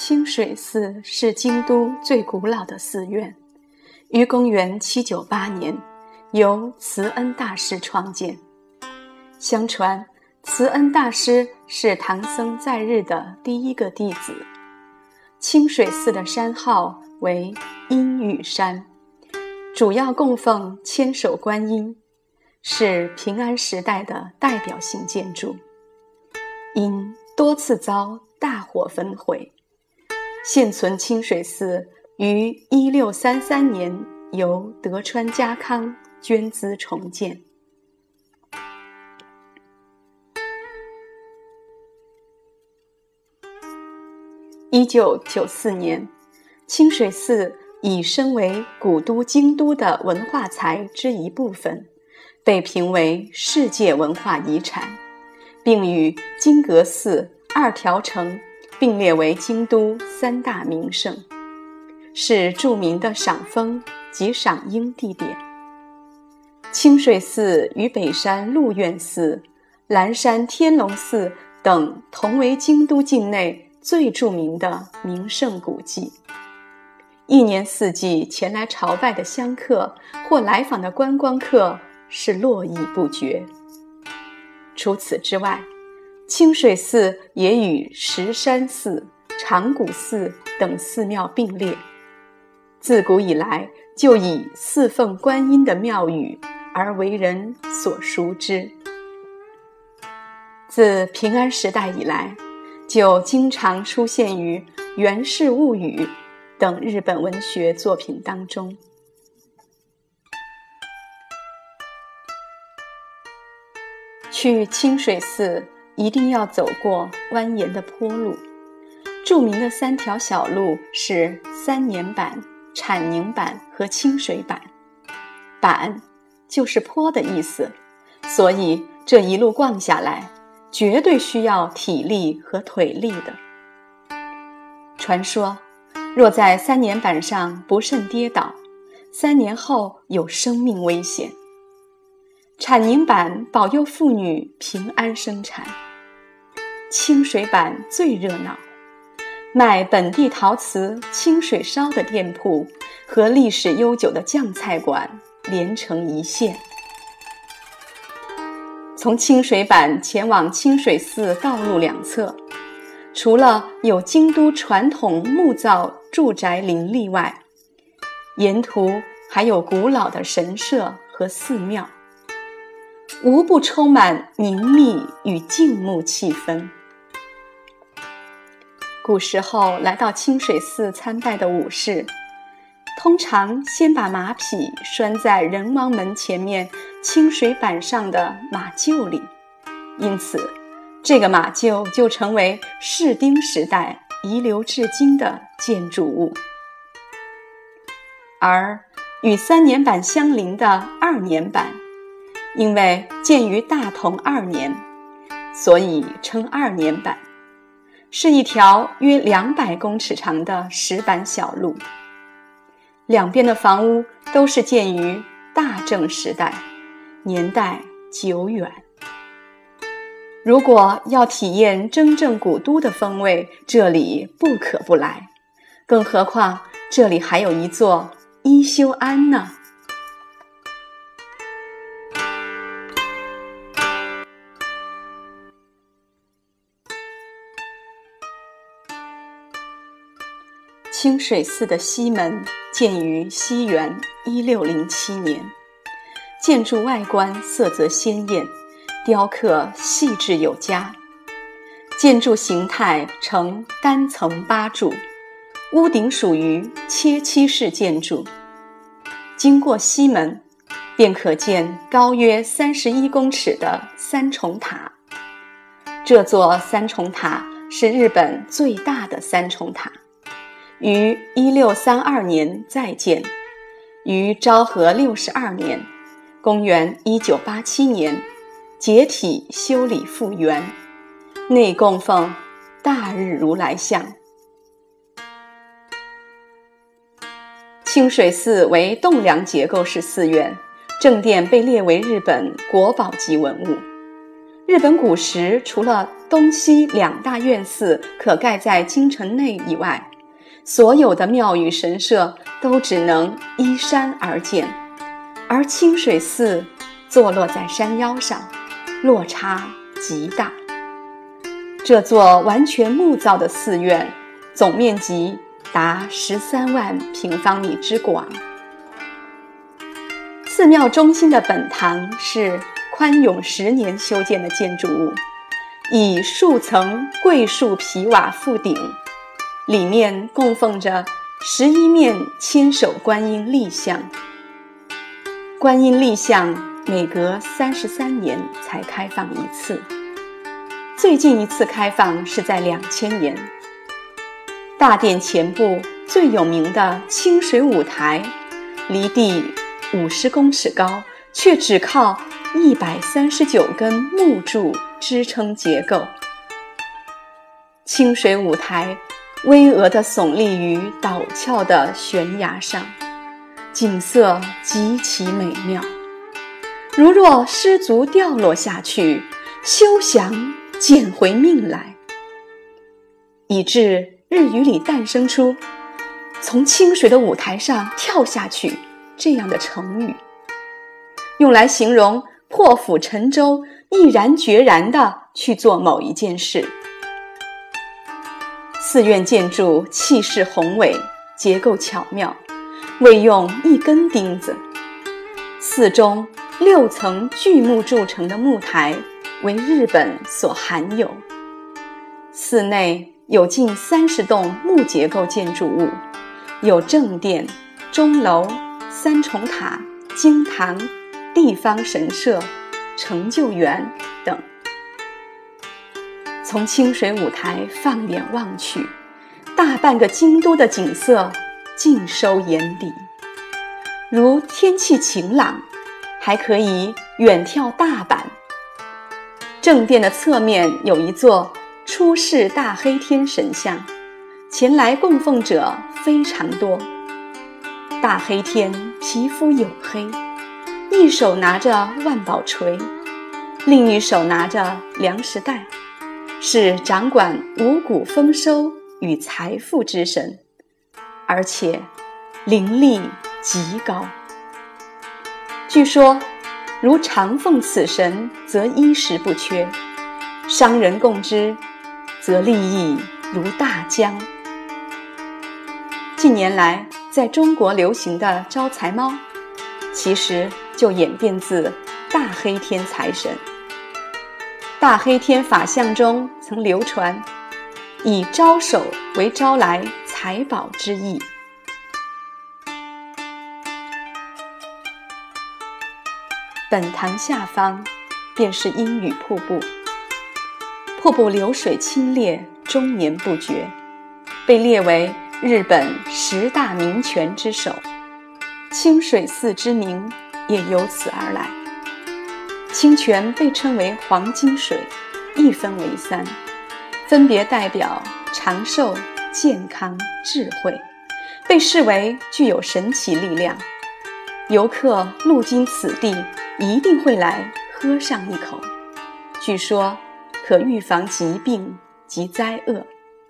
清水寺是京都最古老的寺院，于公元798年由慈恩大师创建。相传慈恩大师是唐僧在日的第一个弟子。清水寺的山号为阴雨山，主要供奉千手观音，是平安时代的代表性建筑，因多次遭大火焚毁。现存清水寺于1633年由德川家康捐资重建。1994年，清水寺已身为古都京都的文化财之一部分，被评为世界文化遗产，并与金阁寺、二条城并列为京都三大名胜，是著名的赏枫及赏樱地点。清水寺与北山鹿苑寺、蓝山天龙寺等同为京都境内最著名的名胜古迹，一年四季前来朝拜的香客或来访的观光客是络绎不绝。除此之外，清水寺也与石山寺、长谷寺等寺庙并列，自古以来就以侍奉观音的庙宇而为人所熟知。自平安时代以来，就经常出现于《源氏物语》等日本文学作品当中。去清水寺一定要走过蜿蜒的坡路，著名的三条小路是三年坂、产宁坂和清水坂。坂就是坡的意思，所以这一路逛下来绝对需要体力和腿力的。传说若在三年坂上不慎跌倒，3年后有生命危险。产宁坂保佑妇女平安生产。清水坂最热闹，卖本地陶瓷清水烧的店铺和历史悠久的酱菜馆连成一线。从清水坂前往清水寺道路两侧，除了有京都传统木造住宅林立外，沿途还有古老的神社和寺庙，无不充满宁谧与静穆气氛。古时候来到清水寺参拜的武士，通常先把马匹拴在仁王门前面清水坂上的马厩里，因此这个马厩就成为室町时代遗留至今的建筑物。而与三年坂相邻的二年坂，因为建于大同2年，所以称二年坂，是一条约200公尺长的石板小路。两边的房屋都是建于大正时代，年代久远。如果要体验真正古都的风味，这里不可不来，更何况这里还有一座一休庵呢。清水寺的西门建于西元1607年，建筑外观色泽鲜艳，雕刻细致有加，建筑形态呈单层8柱，屋顶属于切漆式建筑。经过西门，便可见高约31公尺的三重塔。这座三重塔是日本最大的三重塔，于1632年再建，于昭和62年公元1987年解体修理复原，内供奉大日如来像。清水寺为栋梁结构式寺院，正殿被列为日本国宝级文物。 日本古时除了东西两大院寺可盖在京城内以外，所有的庙宇神社都只能依山而建，而清水寺坐落在山腰上，落差极大。这座完全木造的寺院总面积达13万平方米之广。寺庙中心的本堂是宽永10年修建的建筑物，以数层桂树皮瓦覆顶，里面供奉着11面千手观音立像。观音立像每隔33年才开放一次，最近一次开放是在2000年。大殿前部最有名的清水舞台，离地50公尺高，却只靠139根木柱支撑结构。清水舞台巍峨地耸立于陡峭的悬崖上，景色极其美妙，如若失足掉落下去，休想捡回命来，以致日语里诞生出从清水的舞台上跳下去这样的成语，用来形容破釜沉舟，毅然决然地去做某一件事。寺院建筑气势宏伟，结构巧妙，未用一根钉子。寺中6层巨木铸成的木台为日本所罕有。寺内有近30栋木结构建筑物，有正殿、钟楼、3重塔、经堂、地方神社、成就园等。从清水舞台放眼望去，大半个京都的景色尽收眼底。如天气晴朗，还可以远眺大阪。正殿的侧面有一座出世大黑天神像，前来供奉者非常多。大黑天皮肤黝黑，一手拿着万宝锤，另一手拿着粮食袋，是掌管五谷丰收与财富之神，而且灵力极高。据说如常奉此神，则衣食不缺；商人共之，则利益如大江。近年来在中国流行的招财猫，其实就演变自大黑天财神。大黑天法相中曾流传以招手为招来财宝之意。本堂下方便是阴雨瀑布，瀑布流水清冽，终年不绝，被列为日本10大名泉之首。清水寺之名也由此而来。清泉被称为黄金水，一分为3，分别代表长寿、健康、智慧，被视为具有神奇力量。游客路经此地，一定会来喝上一口，据说可预防疾病及灾厄。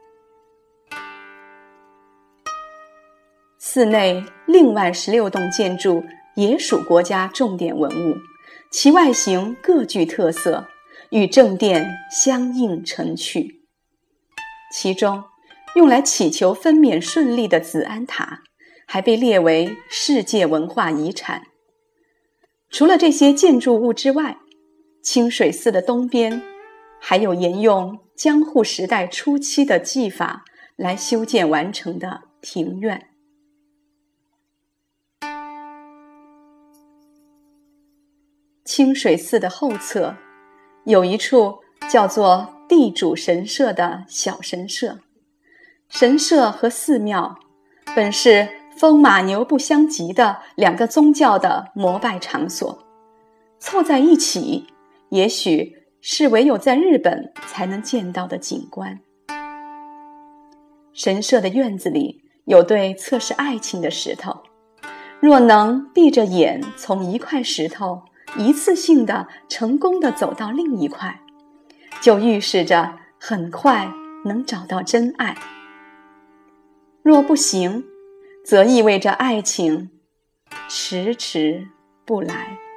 寺内另外16栋建筑也属国家重点文物，其外形各具特色，与正殿相映成趣。其中用来祈求分娩顺利的紫安塔还被列为世界文化遗产。除了这些建筑物之外，清水寺的东边还有沿用江户时代初期的技法来修建完成的庭院。清水寺的后侧有一处叫做地主神社的小神社，神社和寺庙本是风马牛不相及的2个宗教的膜拜场所，凑在一起，也许是唯有在日本才能见到的景观。神社的院子里有对测试爱情的石头，若能闭着眼从一块石头一次性的成功的走到另一块， 就预示着很快能找到真爱。若不行，则意味着爱情迟迟不来。